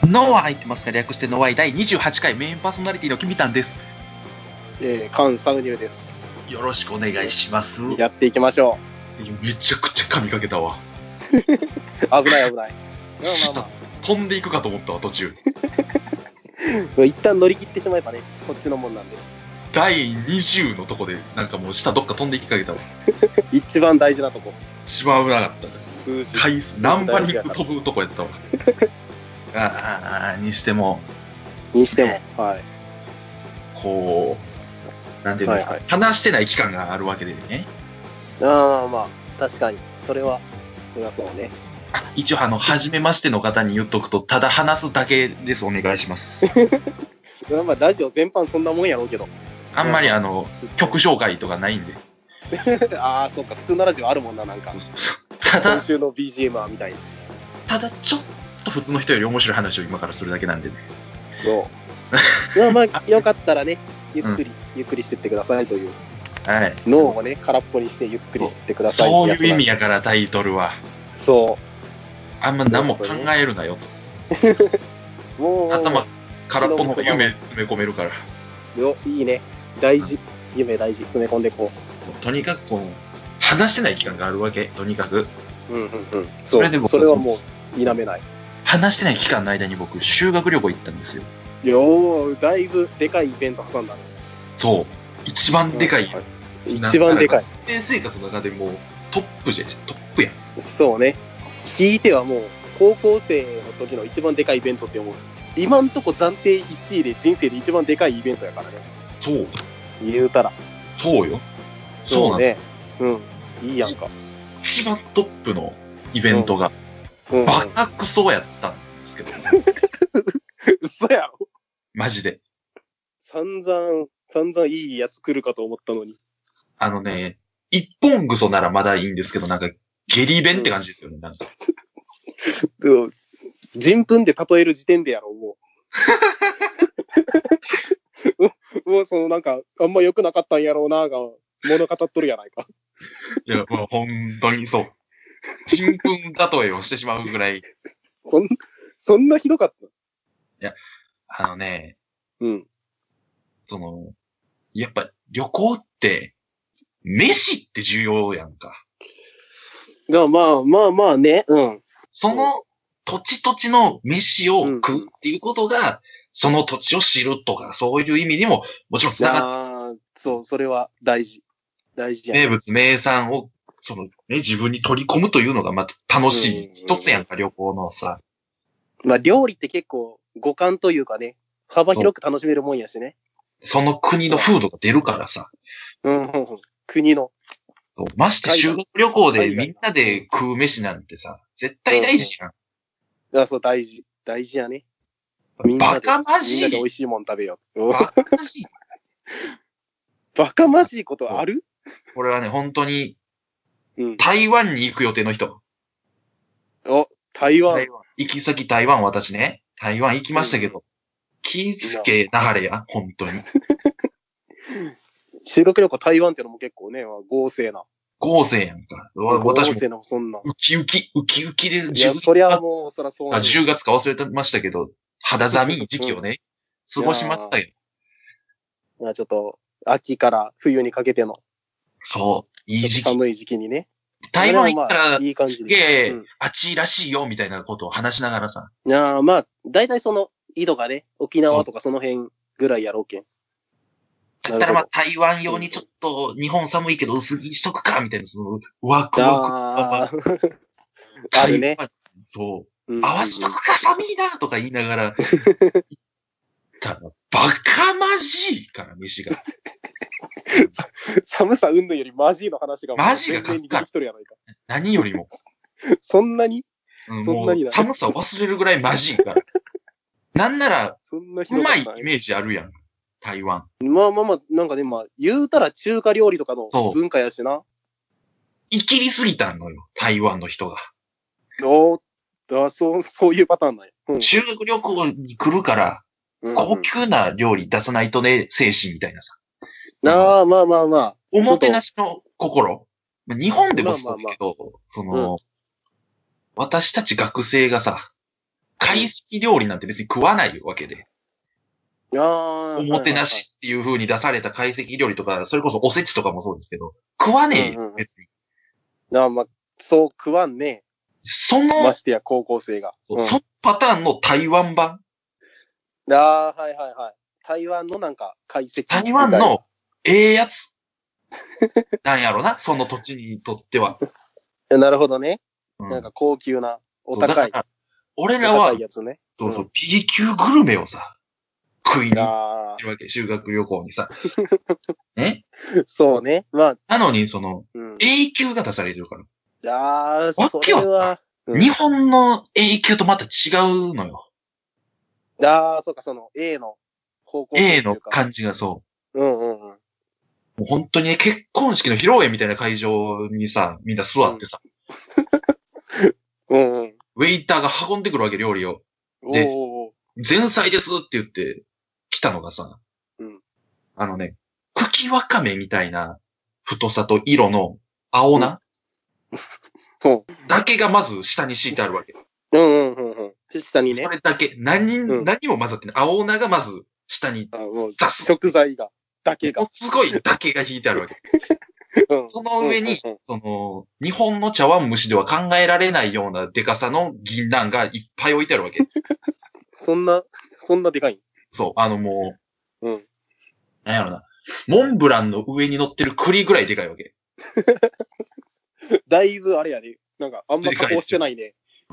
ノア入ってますか？略してノアイ第28回メインパーソナリティのキミタンです。 カン・サウニルです。 よろしくお願いします。 やっていきましょめちゃくちゃ噛みかけたわ。 危ない危ない。 飛んでいくかと思ったわ、途中。 一旦乗り切ってしまえばね、こっちのもんなんで。 第20のとこで、なんかもう下どっか飛んでいきかけたわ。 一番大事なとこ。 一番危なかった。 数字。 回数、ナンパに飛ぶとこやったわ。にしても。 はい。 こう、なんていうんですか、はいはい、話してない期間があるわけでね。 まあ、確かに。それはそうね。 一応、初めましての方に言っとくと、ただ話すだけです。お願いします。 まあ、ラジオ全般そんなもんやろうけど。 あんまり曲紹介とかないんで。 そうか。普通のラジオあるもんな、なんか。 ただ、 今週の BGM はみたいな。 ただ、ちょっと普通の人より面白い話を今からするだけなんでね。 そう。まあ、よかったらね、ゆっくりしてってくださいという。 はい。 脳をね、空っぽにしてゆっくりしてってください。 そういう意味やから、タイトルは。 そう。 あんま何も考えるなよと。もう頭空っぽの方が夢詰め込めるから。 いいね。大事。夢大事。詰め込んでこう。とにかく話してない期間があるわけ。とにかく。 それはもう否めない。 話してない期間の間に僕修学旅行行ったんですよ。 だいぶでかいイベント挟んだね。 そう。一番でかい。 一番でかい。 学生生活の中でもうトップやん。 そうね。聞いてはもう高校生の時の一番でかいイベントって思う。今んとこ暫定1位で人生で一番でかいイベントやからね。 そう。 言うたら。 そうよ。 そうね。いいやんか。 一番トップのイベントが、バカクソやったんですけど。 嘘やろ。 マジで。 散々いいやつ来るかと思ったのに。 一本グソならまだいいんですけど、なんか、下痢弁って感じですよね、なんか。 人糞で例える時点でやろ、もう。もうなんか、あんま良くなかったんやろうな、が、物語っとるやないか。 いや、もう本当にそう。人糞例えをしてしまうぐらい。 そんなひどかった？ いや、やっぱ旅行って、飯って重要やんか。 まあね、 その土地の飯を食うっていうことが、その土地を知るとか、そういう意味にももちろんつながって。 そう、それは大事やね。 名物名産を、自分に取り込むというのがまた楽しい一つやんか、旅行のさ。 まあ料理って結構五感というかね、幅広く楽しめるもんやしね。 その国の風土が出るからさ。 国の。 まして修学旅行でみんなで食う飯なんてさ、絶対大事やん。 そう、大事やね。 バカマジみんなで美味しいもん食べよう。 バカマジバカマジいことある？ これはね、本当に、台湾に行く予定の人。 台湾。 行き先台湾、私ね。台湾行きましたけど、気ぃつけなはれや、本当に。 修学旅行台湾ってのも結構ね、豪勢な。 豪勢やんか。 私もそんな。 ウキウキでいや、そりゃもう、そらそうなん10月か忘れてましたけど、肌寒い時期をね、過ごしましたよ。 いや、ちょっと、秋から冬にかけての。 そう、いい時期。 寒い時期にね。 台湾行ったら、 いい感じすげえ、あっちらしいよ、みたいなことを話しながらさ。 いや、大体緯度がね、沖縄とかその辺ぐらいやろうけん。 だったら台湾用にちょっと日本寒いけど薄着しとくか、みたいな、ワクワク。 あるね。 そう。合わしとくか、寒いな、とか言いながら。バカマジいから、飯が。 寒さ云々よりマジの話がマジが全然出てきとるやないか。 何よりも。 そんなに寒さを忘れるぐらいマジいから。なんなら、うまいイメージあるやん。台湾。 まあ、なんかね、言うたら中華料理とかの文化やしな。 生きりすぎたのよ、台湾の人が。 そういうパターンなんや。 修学旅行に来るから、高級な料理出さないとね、精神みたいなさ。 まあ。 おもてなしの心。日本でもそうだけど、私たち学生がさ、 懐石料理なんて別に食わないわけで。おもてなしっていう風に出された懐石料理とか、それこそおせちとかもそうですけど、食わねえよ、別に。 まあ、そう食わんね。ましてや高校生が。 そのパターンの台湾版。 はいはいはい。台湾のなんか解析。 台湾のええやつ。なんやろな、その土地にとっては。 なるほどね。なんか高級な、お高い。 俺らは、 やつね、 そうそう、B 級グルメをさ、食いに行ってるわけ、修学旅行にさ。ねそうね。まあ。 なのに、その、A 級が出されてるから。 それは。 日本の A 級とまた違うのよ。 そうか、その A の方向性 A の感じがそう。もう本当にね、結婚式の披露宴みたいな会場にさ、みんな座ってさ。ウェイターが運んでくるわけ、料理を。で、前菜ですって言って来たのがさ、茎わかめみたいな太さと色の青菜、だけがまず下に敷いてあるわけ。 下にね。 それだけ。何も混ざってない。青菜がまず下に出す。食材が。だけが。 すごいだけが引いてあるわけ。その上に、その、日本の茶碗蒸しでは考えられないようなデカさの銀杏がいっぱい置いてあるわけ。 そんなでかい？ そう、もう、なんやろな。モンブランの上に乗ってる栗ぐらいでかいわけ。 だいぶあれやね。なんか、あんま加工してないね。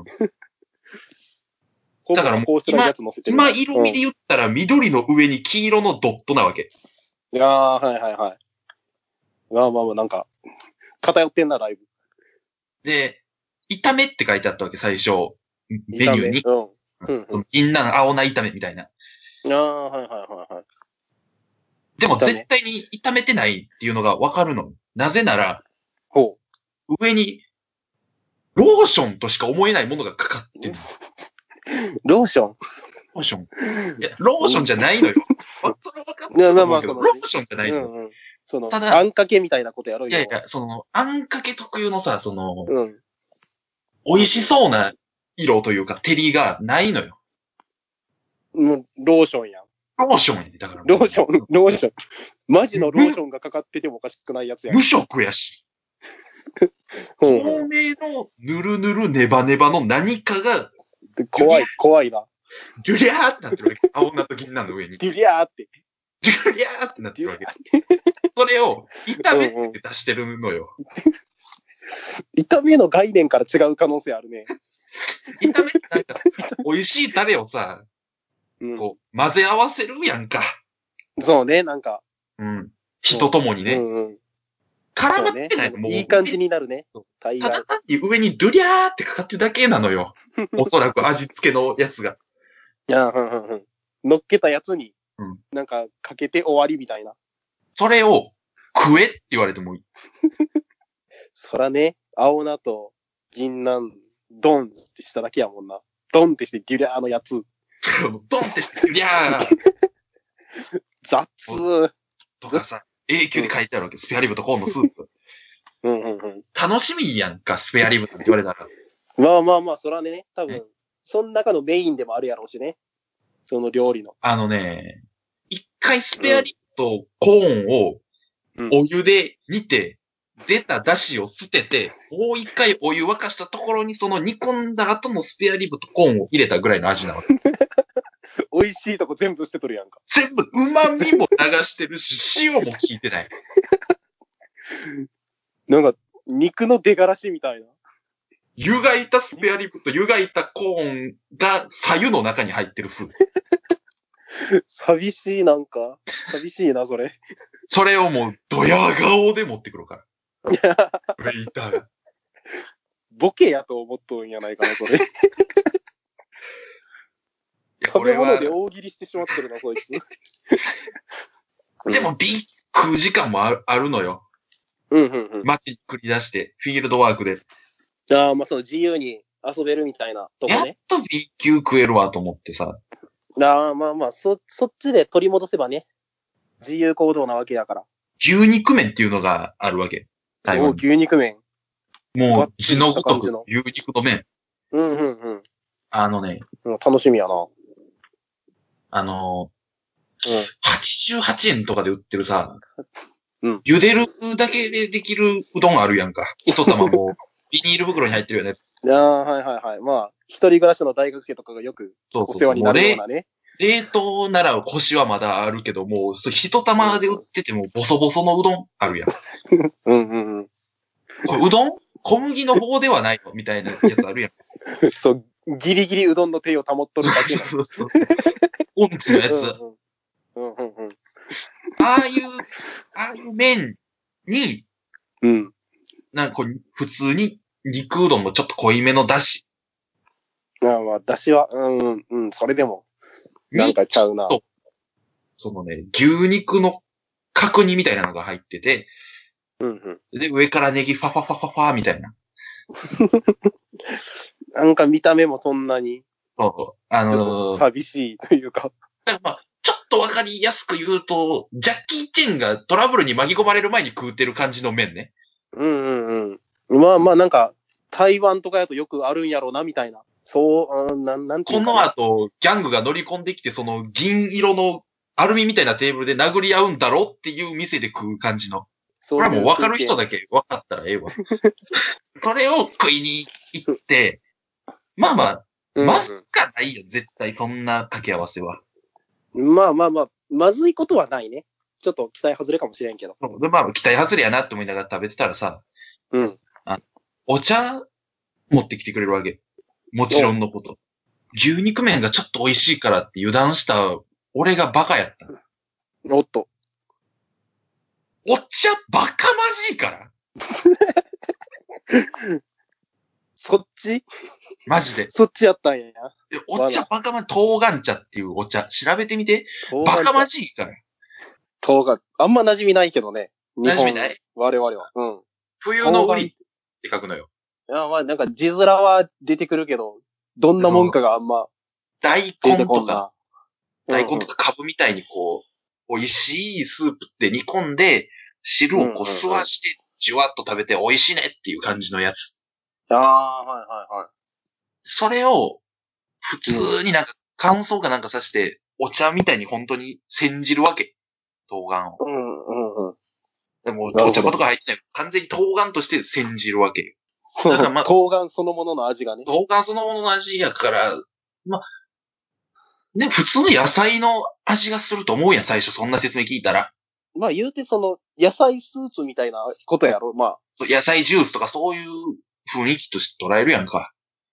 だからもう、今色味で言ったら緑の上に黄色のドットなわけ。 はいはいはい。まあ、なんか、偏ってんな、だいぶ。 で、炒めって書いてあったわけ、最初。メニューに。銀杏青菜炒めみたいな。 はいはいはい。 でも絶対に炒めてないっていうのがわかるの。なぜなら、上に、ローションとしか思えないものがかかってる。 ローション？ いや、ローションじゃないのよ。それ分かってると思うけど、ローションじゃないのよ。 ただ、あんかけみたいなことやろうよ。 いや、あんかけ特有のさ、美味しそうな色というか、照りがないのよ。 ローションやん。 ローションやね、だから。 ローション。マジのローションがかかっててもおかしくないやつやん。 無色やし。透明のぬるぬるネバネバの何かが、 怖いな。 デュリャーってなってるわけ。青菜と銀杏の上に。 デュリャーって。 デュリャーってなってるわけ。それを、炒めって出してるのよ。 炒めの概念から違う可能性あるね。 炒めってなんか、美味しいタレをさ、こう、混ぜ合わせるやんか。 そうね、なんか。 人ともにね。絡まってないの、 もう。いい感じになるね。 ただ単に上にドゥリャーってかかってるだけなのよ。おそらく味付けのやつが。 乗っけたやつに、なんかかけて終わりみたいな。 それを食えって言われてもいい。 そらね、青菜と銀杏、ドンってしただけやもんな。ドンってしてデュリャーのやつ。 ドンってしてデュリャー雑とかさ、永久で書いてあるわけ。スペアリブとコーンのスープ。楽しみやんか、スペアリブって言われたら。 まあ、そらね、多分、その中のメインでもあるやろうしね。その料理の。 一回スペアリブとコーンをお湯で煮て、出た出汁を捨てて、もう一回お湯沸かしたところにその煮込んだ後のスペアリブとコーンを入れたぐらいの味なわけ。 美味しいとこ全部捨てとるやんか。 全部、旨味も流してるし、塩も効いてない。 なんか、肉の出がらしみたいな。 湯がいたスペアリブと湯がいたコーンが左右の中に入ってるスープ。 寂しいなんか。寂しいな、それ。 それをもう、ドヤ顔で持ってくるから。ウェイターが。 ボケやと思っとんやないかな、それ。食べ物で大喜利してしまってるな、そいつ。 でも、びっくり時間もあるのよ。街に繰り出して、フィールドワークで。 まあ、その自由に遊べるみたいなとこね。 やっと B 級食えるわと思ってさ。 まあ、そっちで取り戻せばね。自由行動なわけやから。 牛肉麺っていうのがあるわけ。台湾。 牛肉麺。 もう、血のごとく牛肉の麺。 あのね、 楽しみやな。 88円とかで売ってるさ、 茹でるだけでできるうどんあるやんか。一玉もう、ビニール袋に入ってるよね。 はい。まあ、一人暮らしの大学生とかがよくお世話になるようなね。 冷凍ならコシはまだあるけど、もう、一玉で売っててもボソボソのうどんあるやん。これうどん小麦の棒ではないのみたいなやつあるやん。 そう、ギリギリうどんの手を保っとるだけな。 音痴のやつ。ああいう麺に、なんかこう、普通に肉うどんのちょっと濃いめのだし。 まあ、だしは、それでも、なんかちゃうな。 そのね、牛肉の角煮みたいなのが入ってて、で、上からネギファファファファファみたいな。 なんか見た目もそんなに、 そう、 ちょっと寂しいというか。 まあ、ちょっとわかりやすく言うと、ジャッキー・チェンがトラブルに巻き込まれる前に食うてる感じの麺ね。 まあ、なんか、台湾とかやとよくあるんやろうな、みたいな。そう、なんていうか、ね。 この後、ギャングが乗り込んできて、その銀色のアルミみたいなテーブルで殴り合うんだろうっていう店で食う感じの。これはもう分かる人だけ分かったらええわ。それを食いに行って、まあまあ、まずかないよ、絶対、そんな掛け合わせは。 まあ、まずいことはないね。ちょっと期待外れかもしれんけど。 で、まあ、期待外れやなって思いながら食べてたらさ、お茶持ってきてくれるわけ。もちろんのこと。牛肉麺がちょっと美味しいからって油断した俺がバカやった。 おっと。 お茶バカまじいからそっちマジで。 そっちやったんや。 お茶バカまじい、冬瓜茶っていうお茶。調べてみて。バカまじいから。 冬瓜。あんま馴染みないけどね。 馴染みない我々は。 冬のウリって書くのよ。 いや、まあなんか字面は出てくるけど、どんなもんかがあんま大根とか、カブみたいにこう、美味しいスープって煮込んで、汁をこう吸わして、じゅわっと食べて美味しいねっていう感じのやつ。 はい。 それを、普通になんか乾燥かなんかさして、お茶みたいに本当に煎じるわけ。冬瓜を。でも、お茶粉とか入ってない。完全に冬瓜として煎じるわけよ。 だから冬瓜そのものの味がね。 冬瓜そのものの味やから、まあ、ね、普通の野菜の味がすると思うやん、最初そんな説明聞いたら。 まあ言うてその、野菜スープみたいなことやろ、まあ。 野菜ジュースとかそういう雰囲気として捉えるやんか。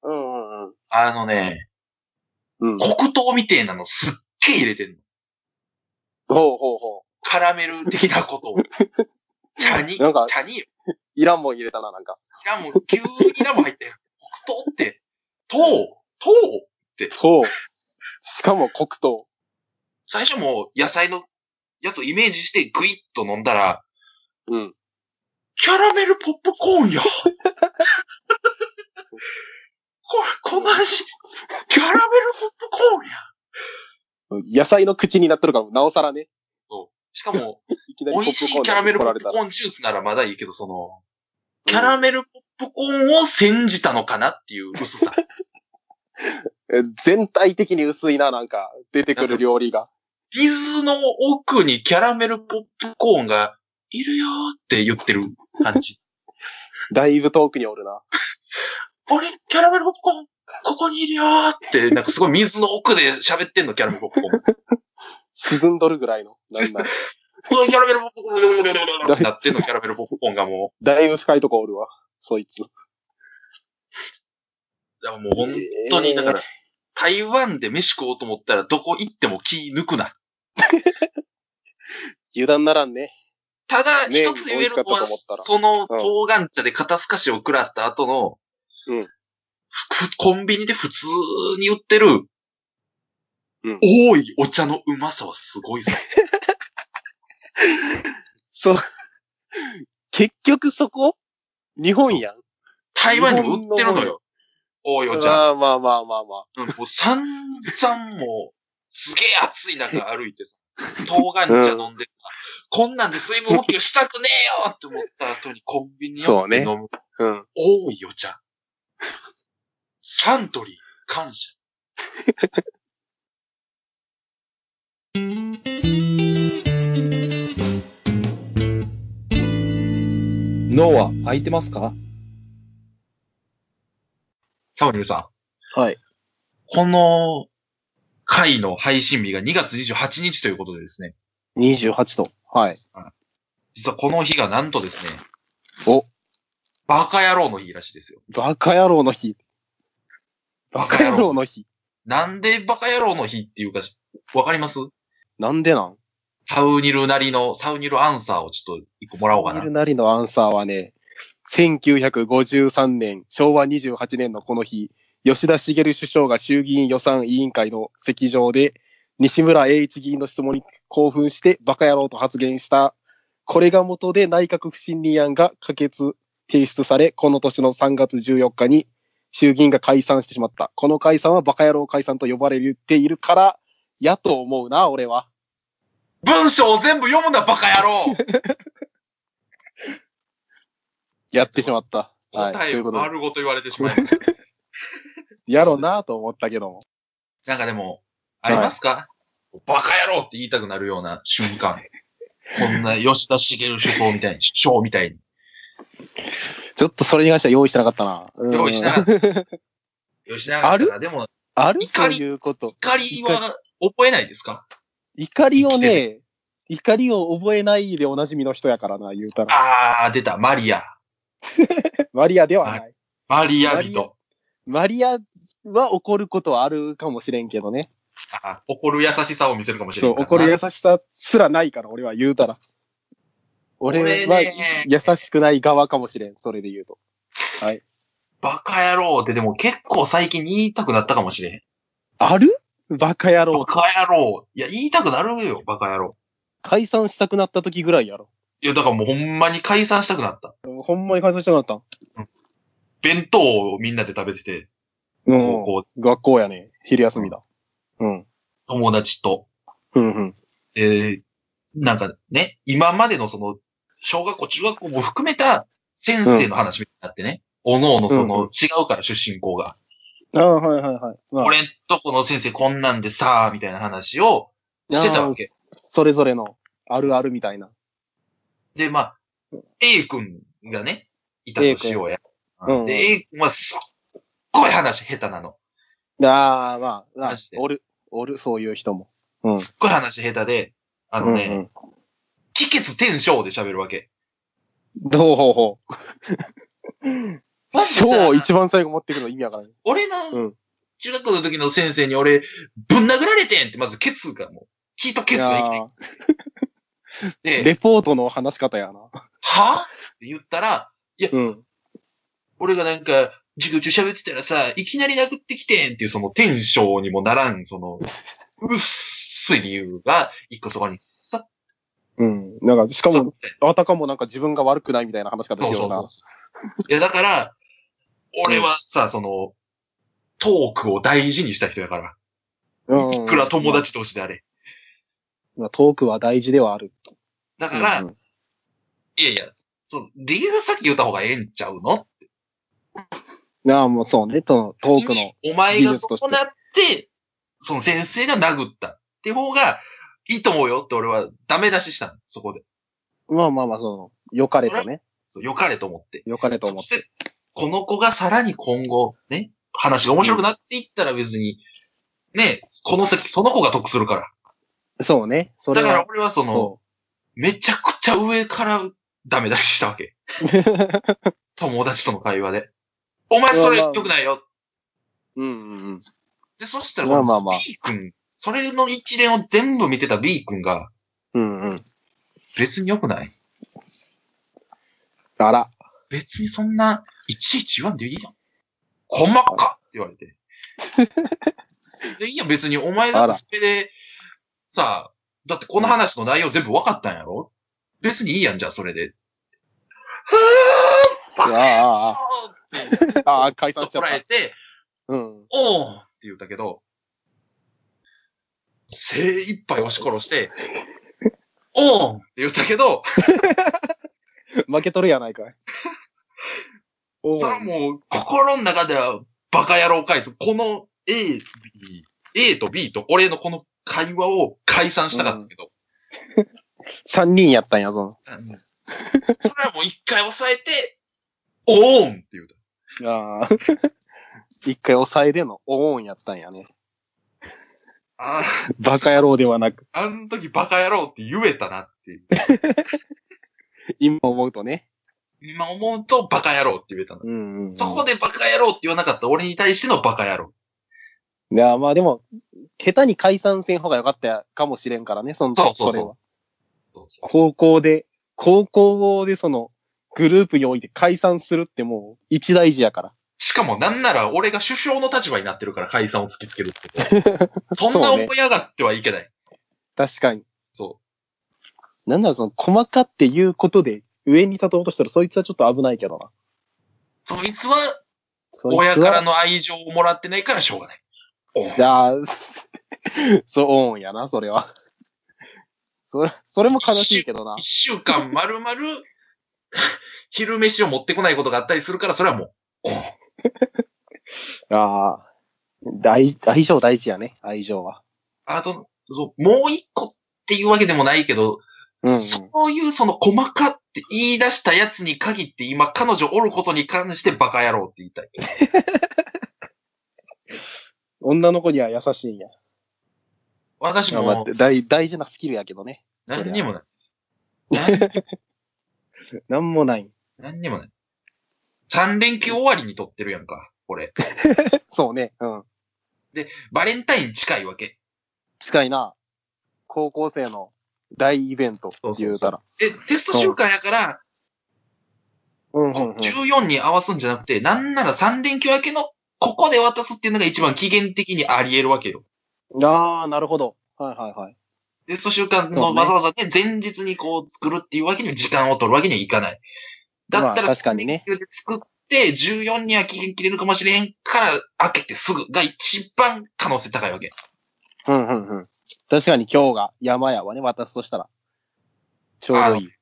黒糖みてえなのすっげえ入れてんの。 ほう。 カラメル的なことを。茶によ。 いらんもん入れたな、なんか。 急にいらんもん入ったよ。黒糖って、糖って。 しかも黒糖。 最初も野菜のやつをイメージしてグイッと飲んだら、キャラメルポップコーンや。この味、キャラメルポップコーンや。 野菜の口になっとるから、なおさらね。 しかも、美味しいキャラメルポップコーンジュースならまだいいけど、その、キャラメルポップコーンを煎じたのかなっていう薄さ。 全体的に薄いな、なんか、出てくる料理が。 水の奥にキャラメルポップコーンがいるよーって言ってる感じ。 だいぶ遠くにおるな。 俺、キャラメルポップコーン、ここにいるよーって、なんかすごい水の奥で喋ってんの、キャラメルポップコーン。 沈んどるぐらいの。なんだ。 キャラメルポップコーンってなってんの、キャラメルポップコーンがもう。だいぶ深いとこおるわ、そいつ。 いや、もう本当に、だから、台湾で飯食おうと思ったらどこ行っても気抜くな。 油断ならんね。 ただ、一つ言えるのは、その冬瓜茶で肩透かしを食らった後の、コンビニで普通に売ってる、多いお茶のうまさはすごいぞ。 そう。結局そこ日本やん。 台湾にも売ってるのよ。多いお茶。 まあ。 もう散々もう、すげえ暑い中歩いてさ、冬瓜茶飲んでさ、こんなんで水分補給したくねえよって思った後にコンビニ寄って飲む。多いお茶。サントリー、 感謝。 脳は空いてますか？ サムニルさん。 はい。 この回の配信日が2月28日ということでですね。 28と。はい。 実はこの日がなんとですね。 お。 バカ野郎の日らしいですよ。 バカ野郎の日。バカ野郎の日。 なんでバカ野郎の日っていうか、わかります？ なんでなん？ サウニルなりの、サウニルアンサーをちょっと一個もらおうかな。 サウニルなりのアンサーはね、1953年、昭和28年のこの日、吉田茂首相が衆議院予算委員会の席上で、西村栄一議員の質問に興奮してバカ野郎と発言した。これが元で内閣不信任案が可決提出され、この年の3月14日に衆議院が解散してしまった。この解散はバカ野郎解散と呼ばれているから、やと思うな、俺は。 文章を全部読むな、バカ野郎やってしまった。 答えを丸ごと言われてしまいました。 やろうなと思ったけども。 なんかでも、ありますか？バカ野郎って言いたくなるような瞬間。こんな吉田茂首相みたいに、首相みたいに。 ちょっとそれに関しては用意してなかったな。 用意しなかった。用意しなかったな。でも、 あるそういうこと。 怒りは覚えないですか？ 怒りをね、怒りを覚えないでおなじみの人やからな、言うたら。 あー、出た、マリア。 マリアではない。 マリア人。 マリアは怒ることはあるかもしれんけどね。 怒る優しさを見せるかもしれんからな。 そう、怒る優しさすらないから、俺は言うたら。俺は優しくない側かもしれん、それで言うと。はい。 バカ野郎ってでも結構最近言いたくなったかもしれん。 ある？バカ野郎。 バカ野郎。いや、言いたくなるよ、バカ野郎。 解散したくなった時ぐらいやろ。 いや、だからもうほんまに解散したくなった。 ほんまに解散したくなったん？ 弁当をみんなで食べてて。 学校やね。昼休みだ。うん。 友達と。なんかね、今までのその、小学校、中学校も含めた先生の話になってね。おのおのその、違うから出身校が。 はい。 俺んとこの先生こんなんでさ、みたいな話をしてたわけ。 それぞれのあるあるみたいな。 で、まあ、A 君がね、いたとしようや。で、A 君はすっごい話下手なの。 まあ、おる、そういう人も。 すっごい話下手で、気血転生で喋るわけ。 ほう。章を一番最後持ってくるの意味わからない。 俺の、中学校の時の先生に俺、ぶん殴られてんってまずケツがもう、キーとケツがいきない。 で、レポートの話し方やな。 はって言ったら、いや、俺がなんか、授業中喋ってたらさ、いきなり殴ってきてんっていうそのテンションにもならん、その、うっすい理由が、一個そこに、 なんか、しかも、あたかもなんか自分が悪くないみたいな話し方しような。そう。 いや、だから、俺はさ、その、トークを大事にした人やから。いくら友達同士であれ。 トークは大事ではある。 だから、いや、理由さっき言った方がええんちゃうのって。 もうそうね、トークの。 お前がそうなって、その先生が殴ったっていう方がいいと思うよって俺はダメ出ししたの、そこで。 まあ、良かれとね。 良かれと思って。 良かれと思って。 そして、この子がさらに今後、ね、話が面白くなっていったら別に、ね、この先その子が得するから。 そうね。 だから俺はめちゃくちゃ上からダメ出ししたわけ。友達との会話で。お前それ良くないよ。で、そしたらB 君、それの一連を全部見てた B 君が、別に良くない？ あら。 別にそんな、いちいち言わんでいいやん。細かって言われて。いや別にお前だってそれで、さあ、だってこの話の内容全部分かったんやろ？別にいいやん、じゃあそれで。 解散しちゃった。 捉えて、おーって言ったけど、精一杯押し殺して、おーって言ったけど、 負けとるやないかい。 それはもう、心の中ではバカ野郎返す。この A と B と俺のこの会話を解散したかったけど。 3人やったんやぞ。 それはもう一回抑えて、オーンって言うた。 ああ。一回抑えでのオーンやったんやね。バカ野郎ではなく。 あの時バカ野郎って言えたなっていう。 今思うとね。 今思うとバカ野郎って言えたな。 うんうんうん、 そこでバカ野郎って言わなかった俺に対してのバカ野郎。 いや、まあでも、下手に解散せん方が良かったかもしれんからね、それは。高校でその、グループにおいて解散するってもう一大事やから。 しかもなんなら俺が首相の立場になってるから解散を突きつけるってこと。そんな思い上がってはいけない。 確かに。 そう。 なんならその細かっていうことで上に立とうとしたらそいつはちょっと危ないけどな。 そいつは親からの愛情をもらってないからしょうがない。 いやそうやな、それは。それも悲しいけどな。 一週間丸々昼飯を持ってこないことがあったりするから、それはもう。 ああ。愛情大事やね、愛情は。 あと、もう一個っていうわけでもないけど、うんうん、そういうその細かって言い出したやつに限って今彼女おることに関してバカ野郎って言いたい。 女の子には優しいんや。 私も、 大事なスキルやけどね。 何にもない。 何もない。 何にもない。3連休終わりに撮ってるやんか、これ。 そうね、うん。 で、バレンタイン近いわけ。 近いな。高校生の大イベントって言うたら。 で、テスト週間やから、14に合わすんじゃなくて、なんなら3連休明けのここで渡すっていうのが一番期限的にあり得るわけよ。 ああ、なるほど。はいはいはい。 テスト週間のわざわざね、前日にこう作るっていうわけには時間を取るわけにはいかない。だったら、 確かにね。 作って14には期限切れるかもしれへんから開けてすぐが一番可能性高いわけ。 確かに今日が山やわね、渡すとしたら。ちょうどいい。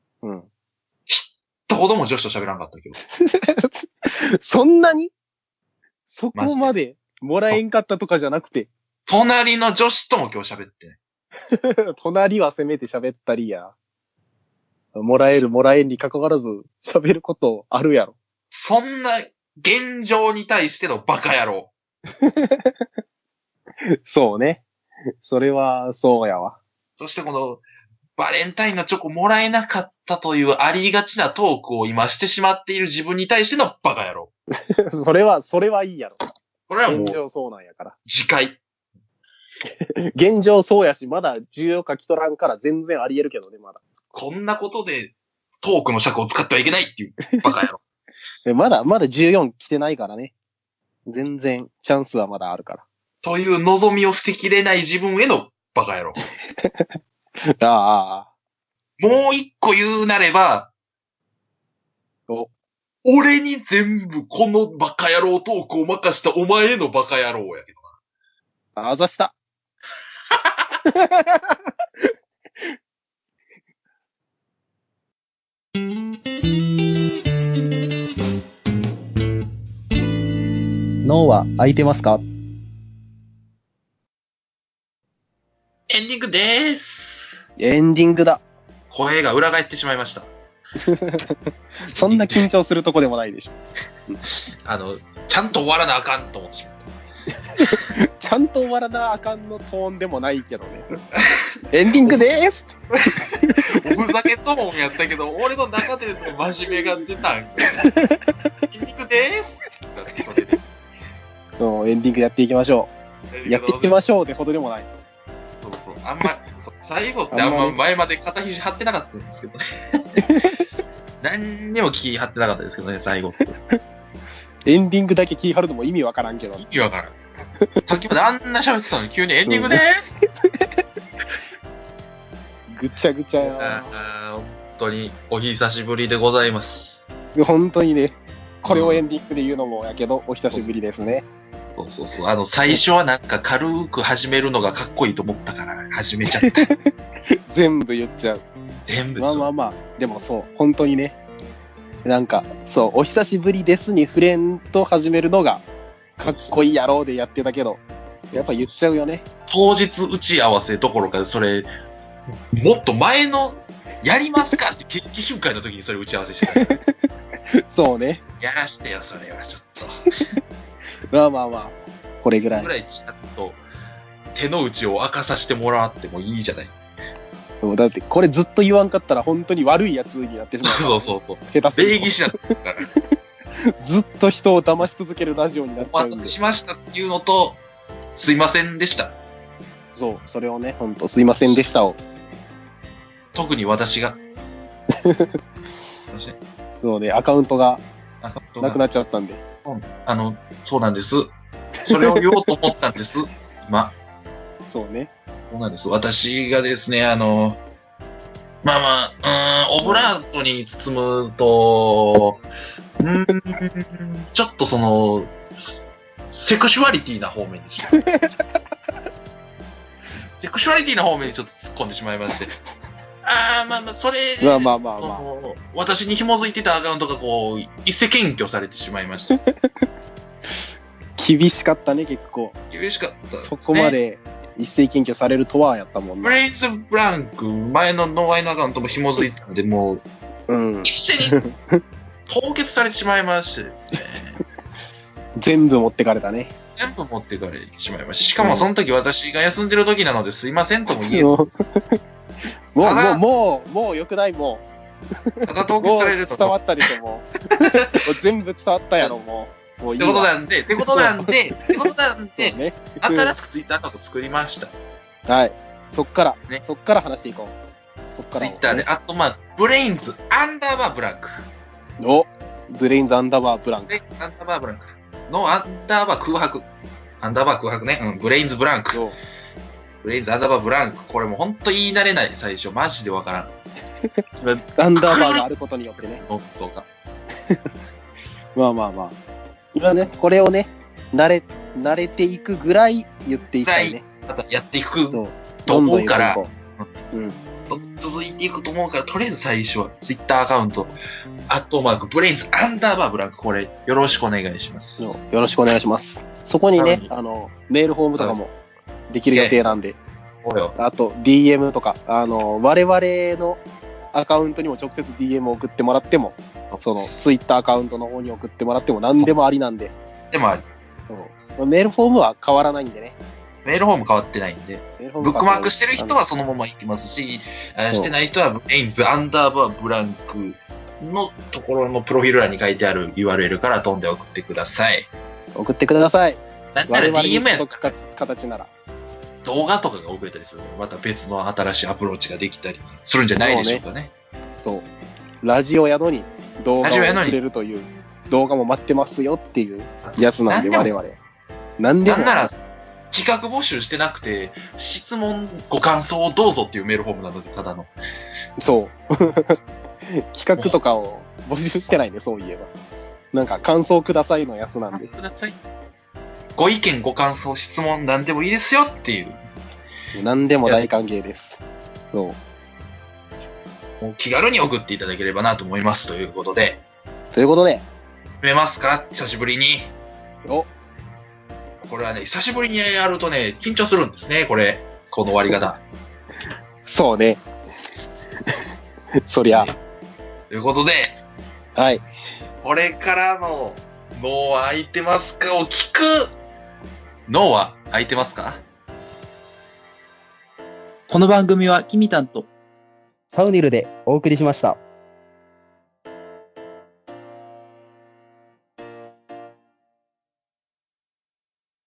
一言も女子と喋らんかったけど。 そんなにそこまでもらえんかったとかじゃなくて。 隣の女子とも今日喋ってね。 隣はせめて喋ったりや。もらえるもらえんに関わらず喋ることあるやろ。 そんな現状に対してのバカ野郎。 そうね。それはそうやわ。 そしてこのバレンタインのチョコもらえなかったというありがちなトークを今してしまっている自分に対してのバカ野郎。 それはいいやろ。 これはもう現状そうなんやから。 次回。 現状そうやし、まだ重要書き取らんから全然あり得るけどね、まだ。 こんなことでトークの尺を使ってはいけないっていうバカ野郎。 まだ14来てないからね。全然チャンスはまだあるから。 という望みを捨てきれない自分へのバカ野郎。 ああ。 もう一個言うなれば、俺に全部このバカ野郎トークを任したお前へのバカ野郎やけどな。あざした。脳は空いてますか？ エンディングでーす。 エンディングだ。 声が裏返ってしまいました。 そんな緊張するとこでもないでしょ。 ちゃんと終わらなあかんと思ってしまった。 ちゃんと終わらなあかんのトーンでもないけどね。エンディングでーす。 おふざけともんやったけど、俺の中での真面目が出たん。エンディングでーす。それで。 エンディングやっていきましょう。やっていきましょうでほどでもない。 そう。最後ってあんま前まで肩肘張ってなかったんですけどね。何にも気張ってなかったですけどね、最後って。 エンディングだけ気張るのも意味わからんけど。 意味わからん。さっきまであんな喋ってたのに急にエンディングでーす。 ぐちゃぐちゃや。 本当にお久しぶりでございます。 本当にね、これをエンディングで言うのもやけど、お久しぶりですね。 そう。最初はなんか軽く始めるのがかっこいいと思ったから始めちゃった。 全部言っちゃう。 全部。 まあ。でもそう、本当にね。なんか、そう、お久しぶりですにフレンと始めるのがかっこいいやろうでやってたけど、やっぱ言っちゃうよね。 当日打ち合わせどころか、それ、もっと前の、やりますかって決起集会の時にそれ打ち合わせしてた。 そうね。 やらしてよ、それはちょっと。まあまあまあ、これぐらい。 ぐらいちゃんと手の内を明かさせてもらってもいいじゃない。 だって、これずっと言わんかったら本当に悪いやつになってしまう。 そうそうそう。 下手すると。 礼儀しなかったから。 ずっと人を騙し続けるラジオになっちゃうんで。 お待たせしましたっていうのと、すいませんでした。 そう、それをね、本当すいませんでしたを。 特に私が。 そうね、アカウントがなくなっちゃったんで。 そうなんです。それを言おうと思ったんです、今。 そうね。 そうなんです。私がですね、オブラートに包むと、ちょっとその、セクシュアリティな方面にセクシュアリティな方面にちょっと突っ込んでしまいまして。それで、私に紐づいてたアカウントがこう、一斉検挙されてしまいました。 厳しかったね、結構。 厳しかったですね。 そこまで一斉検挙されるとはやったもんね。 ブレイズブランク、前のノーアイのアカウントも紐づいてたんで、もう、一斉に凍結されてしまいましてですね。 全部持ってかれたね。 全部持ってかれてしまいました。しかもその時私が休んでる時なのですいませんとも言えず。 もうよくないもう。ただ凍結されると。 伝わったでしょ、もう。全部伝わったやろ、もういい。 ってことなんで、ね、新しくツイッターアカウント作りました。 はい。そっから話していこう。そっから。 ツイッターで、ブレインズアンダーバーブランク。 ブレインズアンダーバーブランク。 アンダーバーブランク。のアンダーバー空白。アンダーバー空白ね。ブレインズブランク。ブレインズアンダーバーブランク。これもうほんと言い慣れない、最初。マジでわからん。 アンダーバーがあることによってね。 そうか。 まあ。今ね、これをね、慣れていくぐらい言っていきたいね。 やっていくと思うから、続いていくと思うから、とりあえず最初はツイッターアカウント、ブレインズアンダーバーブランク、これよろしくお願いします。 よろしくお願いします。そこにね、メールフォームとかもできる予定なんで、あと DM とか、我々のアカウントにも直接 DM を送ってもらっても、そのツイッターアカウントの方に送ってもらっても何でもありなんで。 でもあり。 メールフォームは変わらないんでね。 メールフォーム変わってないんで、ブックマークしてる人はそのまま行きますし、してない人はブレインズアンダーバーブランクのところのプロフィール欄に書いてある URL から飛んで送ってください。 送ってください。 なんなら DM や形なら。 動画とかが送れたりするので、また別の新しいアプローチができたりするんじゃないでしょうかね。 そう。ラジオ宿に動画を送れるという動画も待ってますよっていうやつなんで、我々。なんなら企画募集してなくて、質問、ご感想をどうぞっていうメールフォームなので、ただの。 そう。企画とかを募集してないね、そういえば。なんか、感想くださいのやつなんで。 ください。ご意見、ご感想、質問、なんでもいいですよっていう。 なんでも大歓迎です。そう。 もう気軽に送っていただければなと思いますということで。 決めますか？久しぶりに。これはね、久しぶりにやるとね、緊張するんですね、この終わり方。 そうね。そりゃ。 ということで、 はい。 これからの脳は空いてますかを聞く。脳は空いてますか？ この番組はキミタンとサウニルでお送りしました。